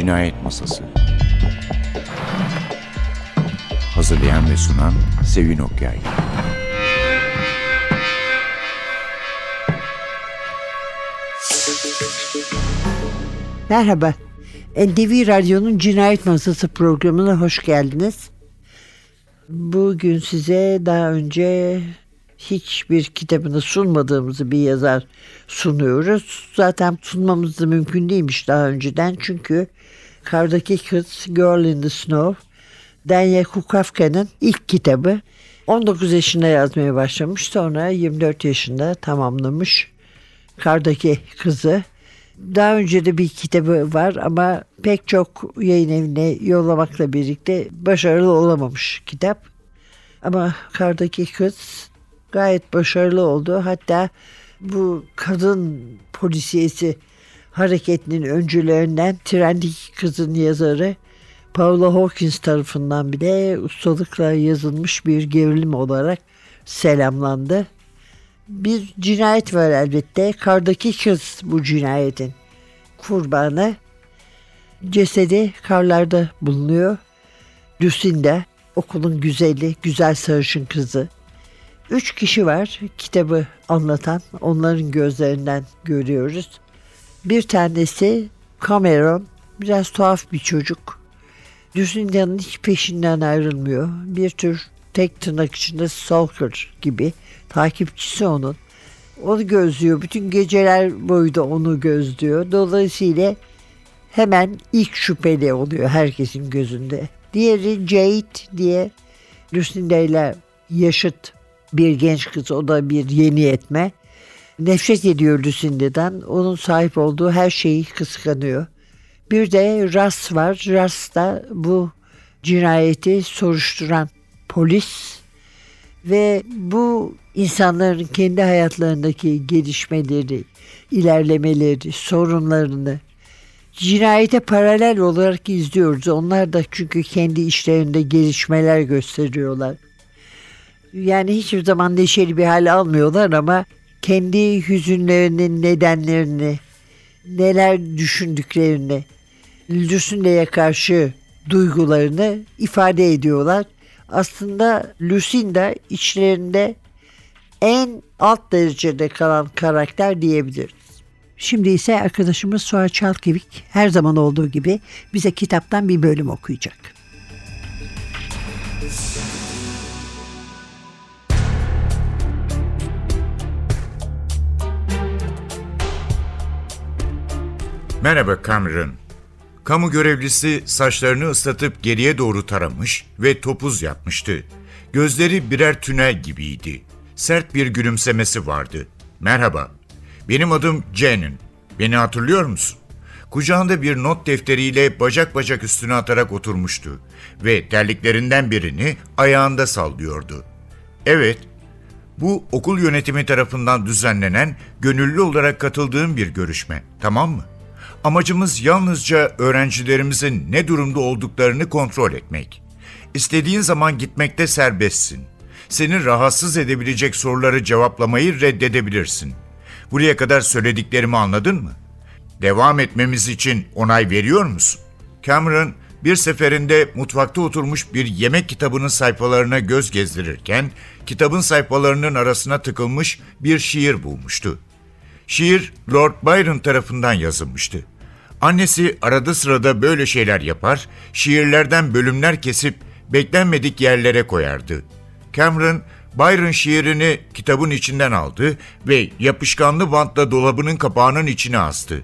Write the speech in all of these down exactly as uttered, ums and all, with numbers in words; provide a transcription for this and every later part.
Cinayet Masası. Hazırlayan ve sunan Sevin Okyay. Merhaba, N T V Radyo'nun Cinayet Masası programına hoş geldiniz. Bugün size daha önce hiçbir kitabını sunmadığımızı bir yazar sunuyoruz. Zaten sunmamız da mümkün değilmiş daha önceden, çünkü Kardaki Kız, Girl in the Snow, Daniel Kafka'nın ilk kitabı. on dokuz yaşında yazmaya başlamış, sonra yirmi dört yaşında tamamlamış Kardaki Kız'ı. Daha önce de bir kitabı var ama pek çok yayın evine yollamakla birlikte başarılı olamamış kitap. Ama Kardaki Kız gayet başarılı oldu. Hatta bu kadın polisiyesi hareketinin öncülerinden Trendeki Kız'ın yazarı Paula Hawkins tarafından bile ustalıkla yazılmış bir gerilim olarak selamlandı. Bir cinayet var elbette. Kardaki Kız bu cinayetin kurbanı. Cesedi karlarda bulunuyor. Lucinda, okulun güzeli, güzel sarışın kızı. Üç kişi var kitabı anlatan, onların gözlerinden görüyoruz. Bir tanesi Cameron, biraz tuhaf bir çocuk. Lucinda'nın hiç peşinden ayrılmıyor. Bir tür tek tırnak içinde stalker gibi, takipçisi onun. Onu gözlüyor. Bütün geceler boyu da onu gözlüyor. Dolayısıyla hemen ilk şüpheli oluyor herkesin gözünde. Diğeri Jade diye Lucinda ile yaşıt bir genç kız. O da bir yeni yetme. Nefret ediyor Lucinda'dan. Onun sahip olduğu her şeyi kıskanıyor. Bir de Russ var. Russ da bu cinayeti soruşturan polis ve bu insanların kendi hayatlarındaki gelişmeleri, ilerlemeleri, sorunlarını cinayete paralel olarak izliyoruz. Onlar da çünkü kendi işlerinde gelişmeler gösteriyorlar. Yani hiçbir zaman neşeli bir hal almıyorlar ama kendi hüzünlerinin nedenlerini, neler düşündüklerini, Lucinda'ya karşı duygularını ifade ediyorlar. Aslında Lucinda içlerinde en alt derecede kalan karakter diyebiliriz. Şimdi ise arkadaşımız Suha Çalkevik her zaman olduğu gibi bize kitaptan bir bölüm okuyacak. Merhaba Cameron. Kamu görevlisi saçlarını ıslatıp geriye doğru taramış ve topuz yapmıştı. Gözleri birer tünel gibiydi. Sert bir gülümsemesi vardı. Merhaba, benim adım Janin. Beni hatırlıyor musun? Kucağında bir not defteriyle bacak bacak üstüne atarak oturmuştu ve terliklerinden birini ayağında sallıyordu. Evet, bu okul yönetimi tarafından düzenlenen, gönüllü olarak katıldığım bir görüşme, tamam mı? Amacımız yalnızca öğrencilerimizin ne durumda olduklarını kontrol etmek. İstediğin zaman gitmekte serbestsin. Seni rahatsız edebilecek soruları cevaplamayı reddedebilirsin. Buraya kadar söylediklerimi anladın mı? Devam etmemiz için onay veriyor musun? Cameron bir seferinde mutfakta oturmuş bir yemek kitabının sayfalarına göz gezdirirken kitabın sayfalarının arasına tıkılmış bir şiir bulmuştu. Şiir Lord Byron tarafından yazılmıştı. Annesi arada sırada böyle şeyler yapar, şiirlerden bölümler kesip beklenmedik yerlere koyardı. Cameron, Byron şiirini kitabın içinden aldı ve yapışkanlı bantla dolabının kapağının içine astı.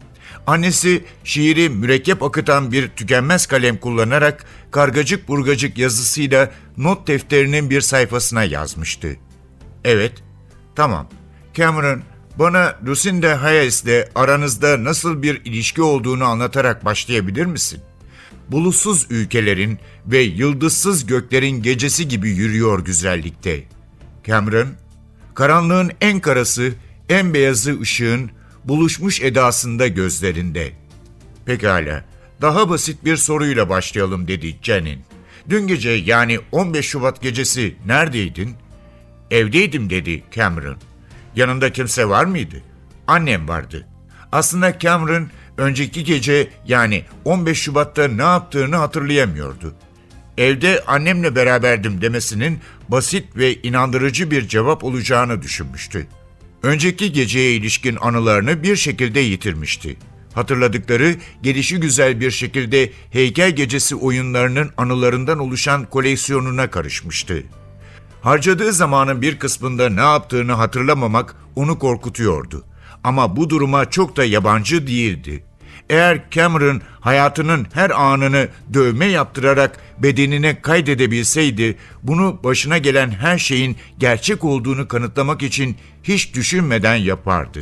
Annesi şiiri mürekkep akıtan bir tükenmez kalem kullanarak kargacık burgacık yazısıyla not defterinin bir sayfasına yazmıştı. Evet, tamam. Cameron, bana Lucinda Hayes'le aranızda nasıl bir ilişki olduğunu anlatarak başlayabilir misin? Bulutsuz ülkelerin ve yıldızsız göklerin gecesi gibi yürüyor güzellikte. Cameron, karanlığın en karası, en beyazı ışığın buluşmuş edasında gözlerinde. Pekala, daha basit bir soruyla başlayalım dedi Janin. Dün gece, yani on beş Şubat gecesi neredeydin? Evdeydim dedi Cameron. Yanında kimse var mıydı? Annem vardı. Aslında Cameron önceki gece, yani on beş Şubat'ta ne yaptığını hatırlayamıyordu. Evde annemle beraberdim demesinin basit ve inandırıcı bir cevap olacağını düşünmüştü. Önceki geceye ilişkin anılarını bir şekilde yitirmişti. Hatırladıkları gelişigüzel bir şekilde heykel gecesi oyunlarının anılarından oluşan koleksiyonuna karışmıştı. Harcadığı zamanın bir kısmında ne yaptığını hatırlamamak onu korkutuyordu. Ama bu duruma çok da yabancı değildi. Eğer Cameron hayatının her anını dövme yaptırarak bedenine kaydedebilseydi, bunu başına gelen her şeyin gerçek olduğunu kanıtlamak için hiç düşünmeden yapardı.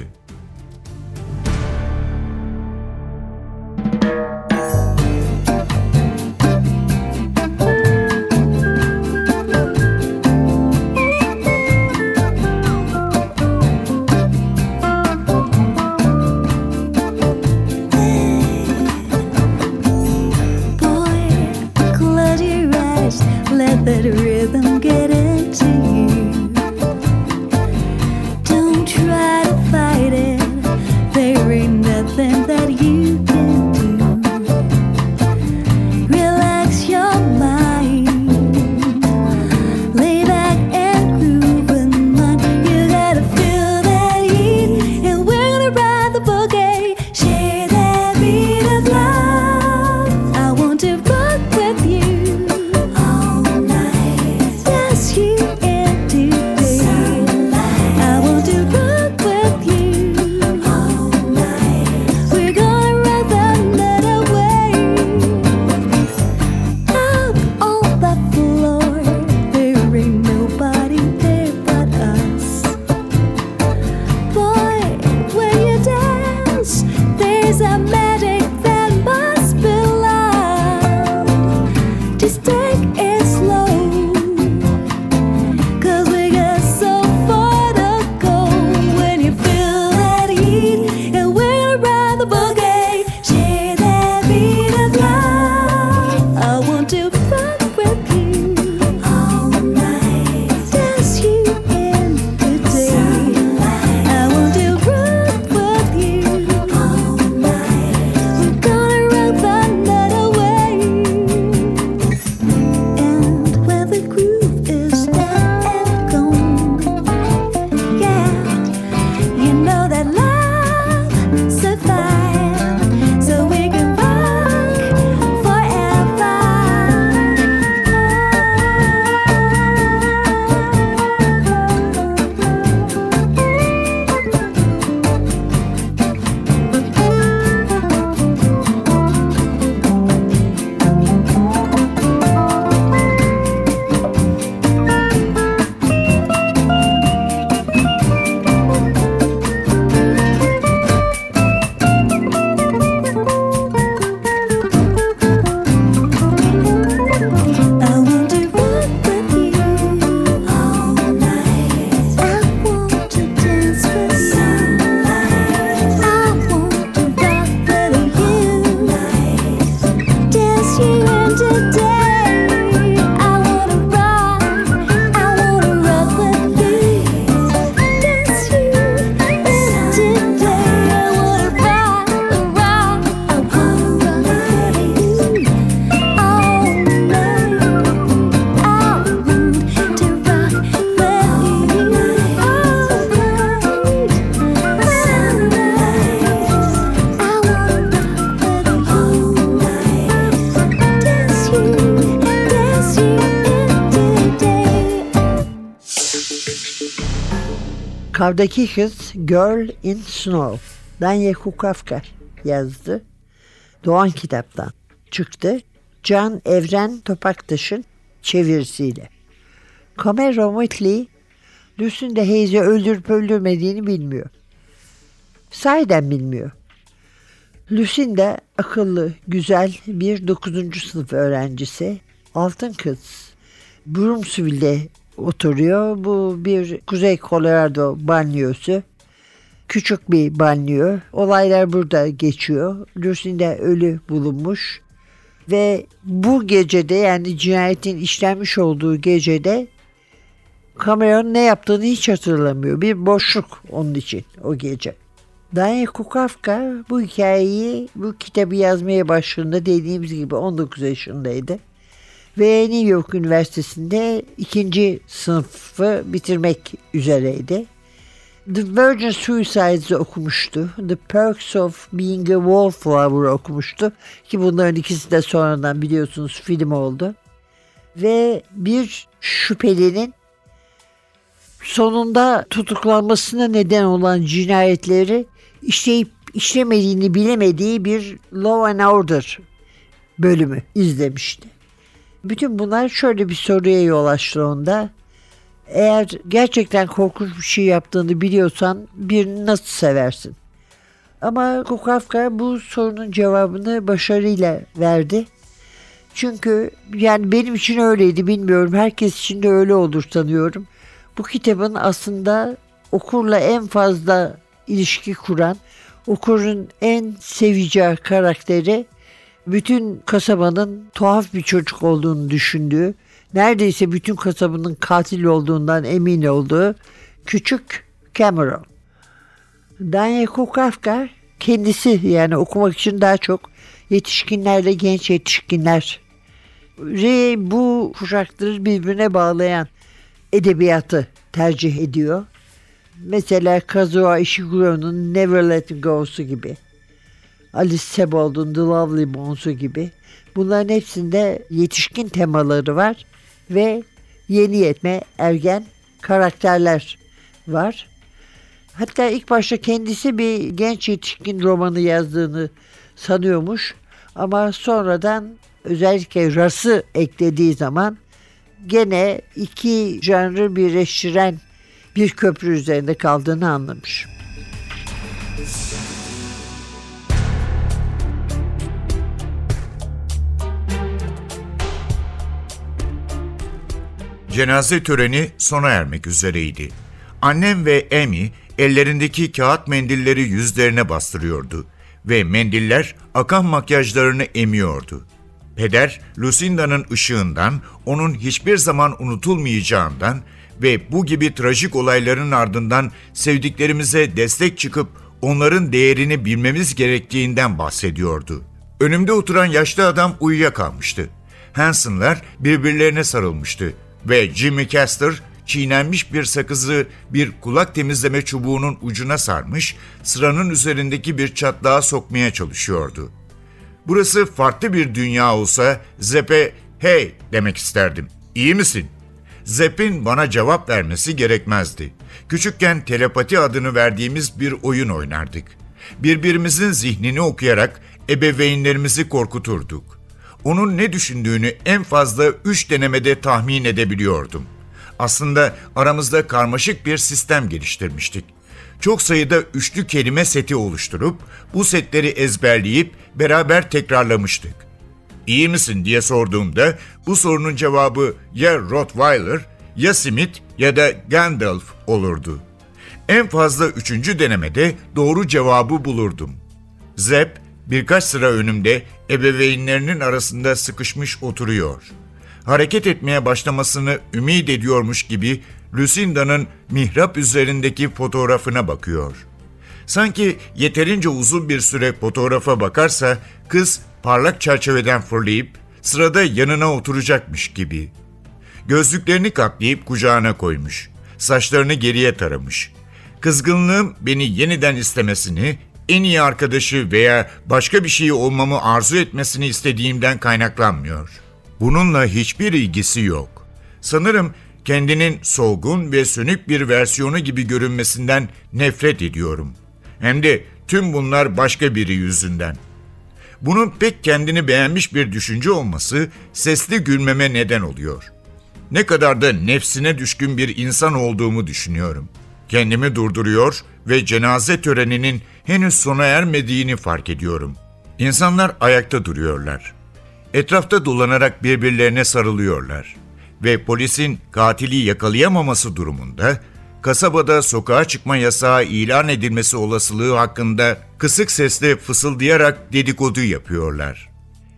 Let that rhythm get into you. Don't try to fight it. There ain't nothing that you can do. Relax your mind. Lay back and groove with mine. You gotta feel that heat, and we're gonna ride the boogie. Share that beat of love. I want to rock with you. Kavdaki Kız Girl in Snow. Danya Kukafka yazdı. Doğan Kitap'tan çıktı. Can Evren Topaktaş'ın çevirisiyle. Cameron Whitley, Lucy'nin de Hayes'i öldürüp öldürmediğini bilmiyor. Sahiden bilmiyor. Lucy'nin de akıllı, güzel bir dokuzuncu sınıf öğrencisi. Altın kız. Broomsville'de oturuyor. Bu bir Kuzey Colorado banliyosu. Küçük bir banliyo. Olaylar burada geçiyor. Lucy'nin de ölü bulunmuş. Ve bu gecede, yani cinayetin işlenmiş olduğu gecede Cameron ne yaptığını hiç hatırlamıyor. Bir boşluk onun için o gece. Daniel Kafka bu hikayeyi, bu kitabı yazmaya başladığında dediğimiz gibi on dokuz yaşındaydı. Ve New York Üniversitesi'nde ikinci sınıfı bitirmek üzereydi. The Virgin Suicides'ı okumuştu. The Perks of Being a Wallflower'ı okumuştu. Ki bunların ikisi de sonradan biliyorsunuz film oldu. Ve bir şüphelinin sonunda tutuklanmasına neden olan cinayetleri işleyip işlemediğini bilemediği bir Law and Order bölümü izlemişti. Bütün bunlar şöyle bir soruya yol açtı onda. Eğer gerçekten korkunç bir şey yaptığını biliyorsan birini nasıl seversin? Ama Kafka bu sorunun cevabını başarıyla verdi. Çünkü yani benim için öyleydi, bilmiyorum. Herkes için de öyle olur sanıyorum. Bu kitabın aslında okurla en fazla ilişki kuran, okurun en seveceği karakteri, bütün kasabanın tuhaf bir çocuk olduğunu düşündüğü, neredeyse bütün kasabanın katil olduğundan emin olduğu küçük Cameron. Daniel Kafka kendisi, yani okumak için daha çok yetişkinlerle genç yetişkinler bu kuşakları birbirine bağlayan edebiyatı tercih ediyor. Mesela Kazuo Ishiguro'nun Never Let Go'su gibi, Alice Sebold'un The Lovely Bones'u gibi. Bunların hepsinde yetişkin temaları var ve yeni yetme, ergen karakterler var. Hatta ilk başta kendisi bir genç yetişkin romanı yazdığını sanıyormuş. Ama sonradan özellikle Ras'ı eklediği zaman gene iki janrı birleştiren bir köprü üzerinde kaldığını anlamış. Cenaze töreni sona ermek üzereydi. Annem ve Amy ellerindeki kağıt mendilleri yüzlerine bastırıyordu ve mendiller akan makyajlarını emiyordu. Peder, Lucinda'nın ışığından, onun hiçbir zaman unutulmayacağından ve bu gibi trajik olayların ardından sevdiklerimize destek çıkıp onların değerini bilmemiz gerektiğinden bahsediyordu. Önümde oturan yaşlı adam uyuyakalmıştı. Hanson'lar birbirlerine sarılmıştı ve Jimmy Castor çiğnenmiş bir sakızı bir kulak temizleme çubuğunun ucuna sarmış, sıranın üzerindeki bir çatlağa sokmaya çalışıyordu. Burası farklı bir dünya olsa Zepp'e "Hey" demek isterdim. "İyi misin?" Zepp'in bana cevap vermesi gerekmezdi. Küçükken telepati adını verdiğimiz bir oyun oynardık. Birbirimizin zihnini okuyarak ebeveynlerimizi korkuturduk. Onun ne düşündüğünü en fazla üç denemede tahmin edebiliyordum. Aslında aramızda karmaşık bir sistem geliştirmiştik. Çok sayıda üçlü kelime seti oluşturup bu setleri ezberleyip beraber tekrarlamıştık. "İyi misin?" diye sorduğumda bu sorunun cevabı ya Rottweiler, ya Smith ya da Gandalf olurdu. En fazla üçüncü denemede doğru cevabı bulurdum. Zepp birkaç sıra önümde ebeveynlerinin arasında sıkışmış oturuyor. Hareket etmeye başlamasını ümit ediyormuş gibi Lucinda'nın mihrap üzerindeki fotoğrafına bakıyor. Sanki yeterince uzun bir süre fotoğrafa bakarsa kız parlak çerçeveden fırlayıp sırada yanına oturacakmış gibi. Gözlüklerini katlayıp kucağına koymuş. Saçlarını geriye taramış. Kızgınlığım beni yeniden istemesini, en iyi arkadaşı veya başka bir şey olmamı arzu etmesini istediğimden kaynaklanmıyor. Bununla hiçbir ilgisi yok. Sanırım kendinin solgun ve sönük bir versiyonu gibi görünmesinden nefret ediyorum. Hem de tüm bunlar başka biri yüzünden. Bunun pek kendini beğenmiş bir düşünce olması sesli gülmeme neden oluyor. Ne kadar da nefsine düşkün bir insan olduğumu düşünüyorum. Kendimi durduruyor ve cenaze töreninin henüz sona ermediğini fark ediyorum. İnsanlar ayakta duruyorlar. Etrafta dolanarak birbirlerine sarılıyorlar. Ve polisin katili yakalayamaması durumunda kasabada sokağa çıkma yasağı ilan edilmesi olasılığı hakkında kısık sesle fısıldayarak dedikodu yapıyorlar.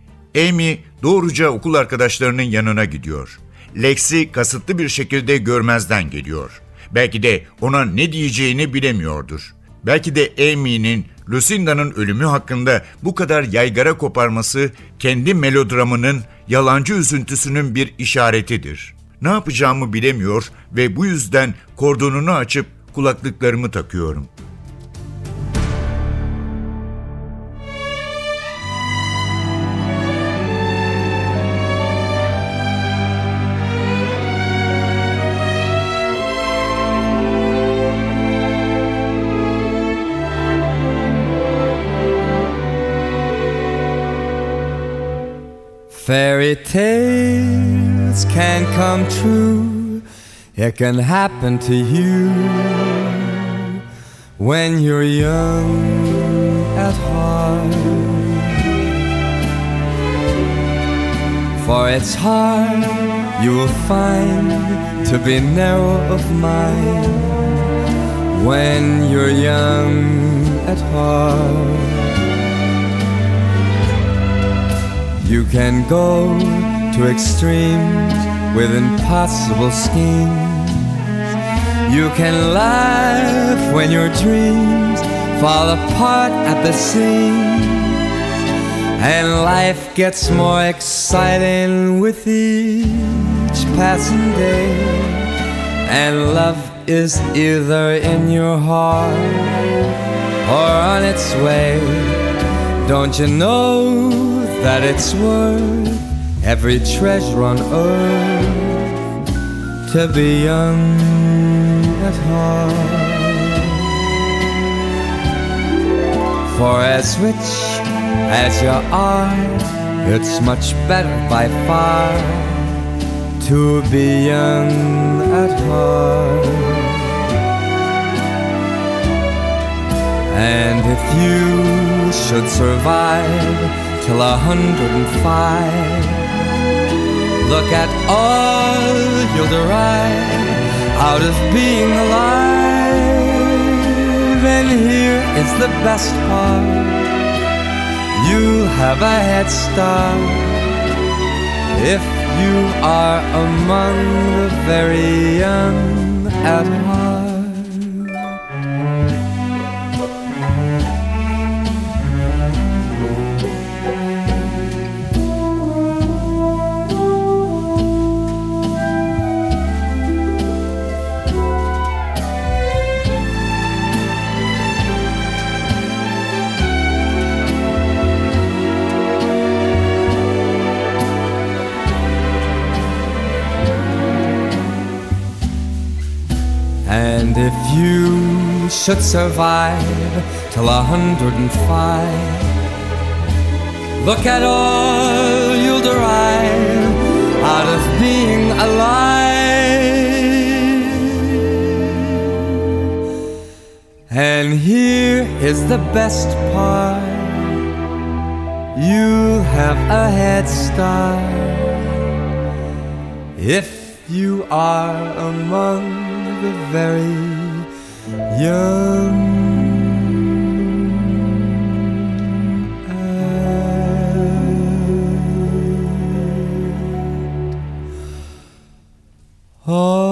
Amy doğruca okul arkadaşlarının yanına gidiyor. Lex'i kasıtlı bir şekilde görmezden geliyor. Belki de ona ne diyeceğini bilemiyordur. Belki de Amy'nin Lucinda'nın ölümü hakkında bu kadar yaygara koparması kendi melodramının yalancı üzüntüsünün bir işaretidir. Ne yapacağımı bilemiyor ve bu yüzden kordonunu açıp kulaklıklarımı takıyorum. Fairy tales can come true. It can happen to you when you're young at heart. For it's hard, you will find, to be narrow of mind when you're young at heart. You can go to extremes with impossible schemes. You can laugh when your dreams fall apart at the seams. And life gets more exciting with each passing day. And love is either in your heart or on its way. Don't you know that it's worth every treasure on earth to be young at heart? For as rich as you are, it's much better by far to be young at heart. And if you should survive till a hundred and five, look at all you'll derive out of being alive. And here is the best part, you'll have a head start if you are among the very young at heart. And if you should survive till a hundred and five, look at all you'll derive out of being alive. And here is the best part, you'll have a head start if you are among the very young at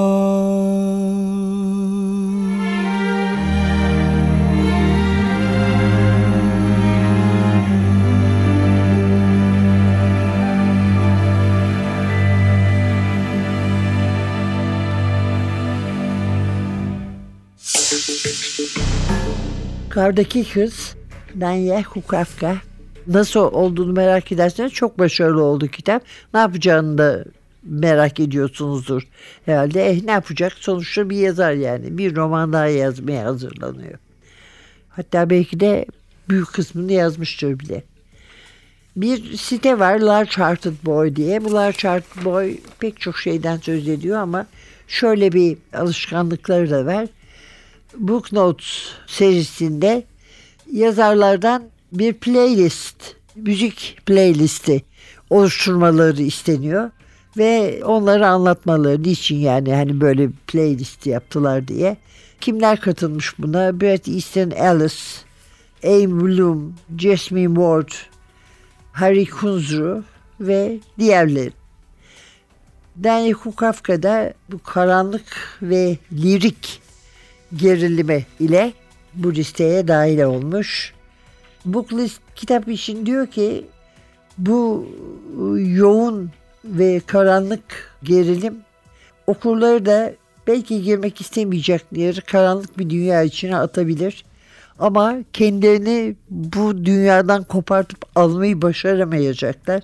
Kardaki Kız, Danya Hukafka. Nasıl olduğunu merak ederseniz çok başarılı oldu kitap. Ne yapacağını da merak ediyorsunuzdur herhalde. Eh ne yapacak? Sonuçta bir yazar yani. Bir roman daha yazmaya hazırlanıyor. Hatta belki de büyük kısmını yazmıştır bile. Bir site var, Large Hearted Boy diye. Bu Large Hearted Boy pek çok şeyden söz ediyor ama şöyle bir alışkanlıkları da var. Book Notes serisinde yazarlardan bir playlist, müzik playlisti oluşturmaları isteniyor ve onları anlatmaları, niçin yani hani böyle playlist yaptılar diye. Kimler katılmış buna? Bret Easton Ellis, Amy Bloom, Jasmine Ward, Harry Kunzru ve diğerleri. Danya Hukafka'da bu karanlık ve lirik gerilimi ile bu listeye dahil olmuş. Booklist kitap için diyor ki bu yoğun ve karanlık gerilim okurları da belki girmek istemeyecekleri karanlık bir dünya içine atabilir. Ama kendilerini bu dünyadan kopartıp almayı başaramayacaklar.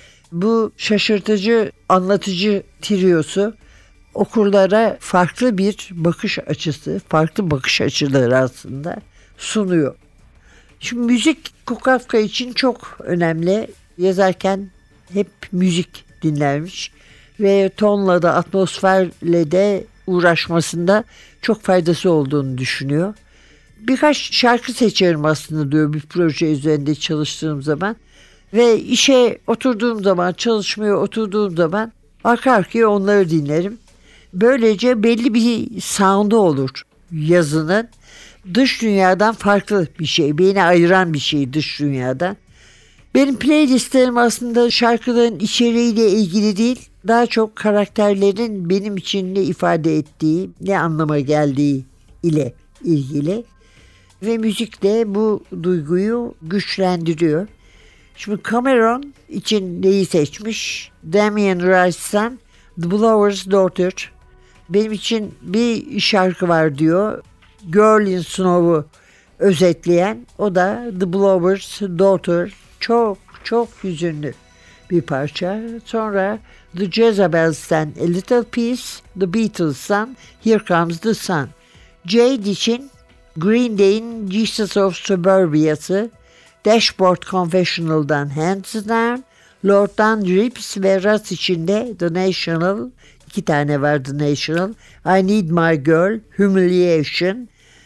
Bu şaşırtıcı anlatıcı triosu okurlara farklı bir bakış açısı, farklı bakış açıları aslında sunuyor. Şimdi müzik Kafka için çok önemli. Yazarken hep müzik dinlermiş ve tonla da atmosferle de uğraşmasında çok faydası olduğunu düşünüyor. Birkaç şarkı seçerim aslında diyor bir proje üzerinde çalıştığım zaman ve işe oturduğum zaman, çalışmaya oturduğum zaman arka arkaya onları dinlerim. Böylece belli bir sound'u olur yazının. Dış dünyadan farklı bir şey, beni ayıran bir şey dış dünyadan. Benim playlistlerim aslında şarkıların içeriğiyle ilgili değil, daha çok karakterlerin benim için ne ifade ettiği, ne anlama geldiği ile ilgili. Ve müzik de bu duyguyu güçlendiriyor. Şimdi Cameron için neyi seçmiş? Damien Rice'dan The Blower's Daughter. Benim için bir şarkı var diyor. Girl in Snow'u özetleyen. O da The Blower's Daughter. Çok çok hüzünlü bir parça. Sonra The Jezebels'ten A Little Piece. The Beatles'tan Here Comes the Sun. Jade için Green Day'in Jesus of Suburbia'sı. Dashboard Confessional'dan Hands Down. Lord'dan Drips ve Russ için de The National. İki tane var The National. I Need My Girl, Humiliation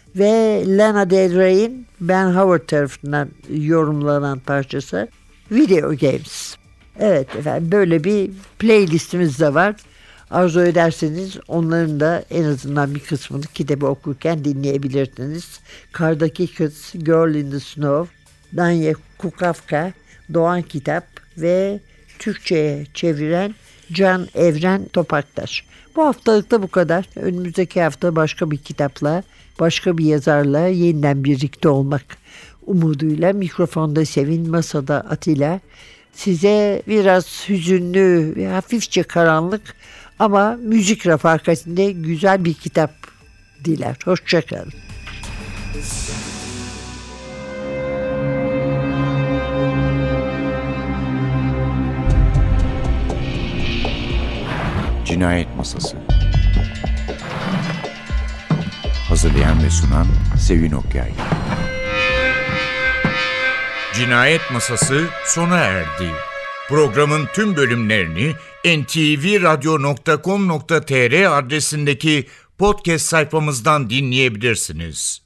ve Lana Del Rey'in Ben Howard tarafından yorumlanan parçası Video Games. Evet efendim, böyle bir playlistimiz de var. Arzu ederseniz onların da en azından bir kısmını kitabı okurken dinleyebilirsiniz. Kardaki Kız, Girl in the Snow, Danya Kukafka, Doğan Kitap ve Türkçe'ye çeviren Can Evren Topaktaş. Bu haftalıkta bu kadar. Önümüzdeki hafta başka bir kitapla, başka bir yazarla yeniden birlikte olmak umuduyla. Mikrofonda Sevin, masada Atilla. Size biraz hüzünlü ve hafifçe karanlık ama müzik refakatinde güzel bir kitap diler. Hoşçakalın. Cinayet Masası. Hazırlayan ve sunan Sevin Okyay. Cinayet Masası sona erdi. Programın tüm bölümlerini en te ve radyo nokta com nokta te er adresindeki podcast sayfamızdan dinleyebilirsiniz.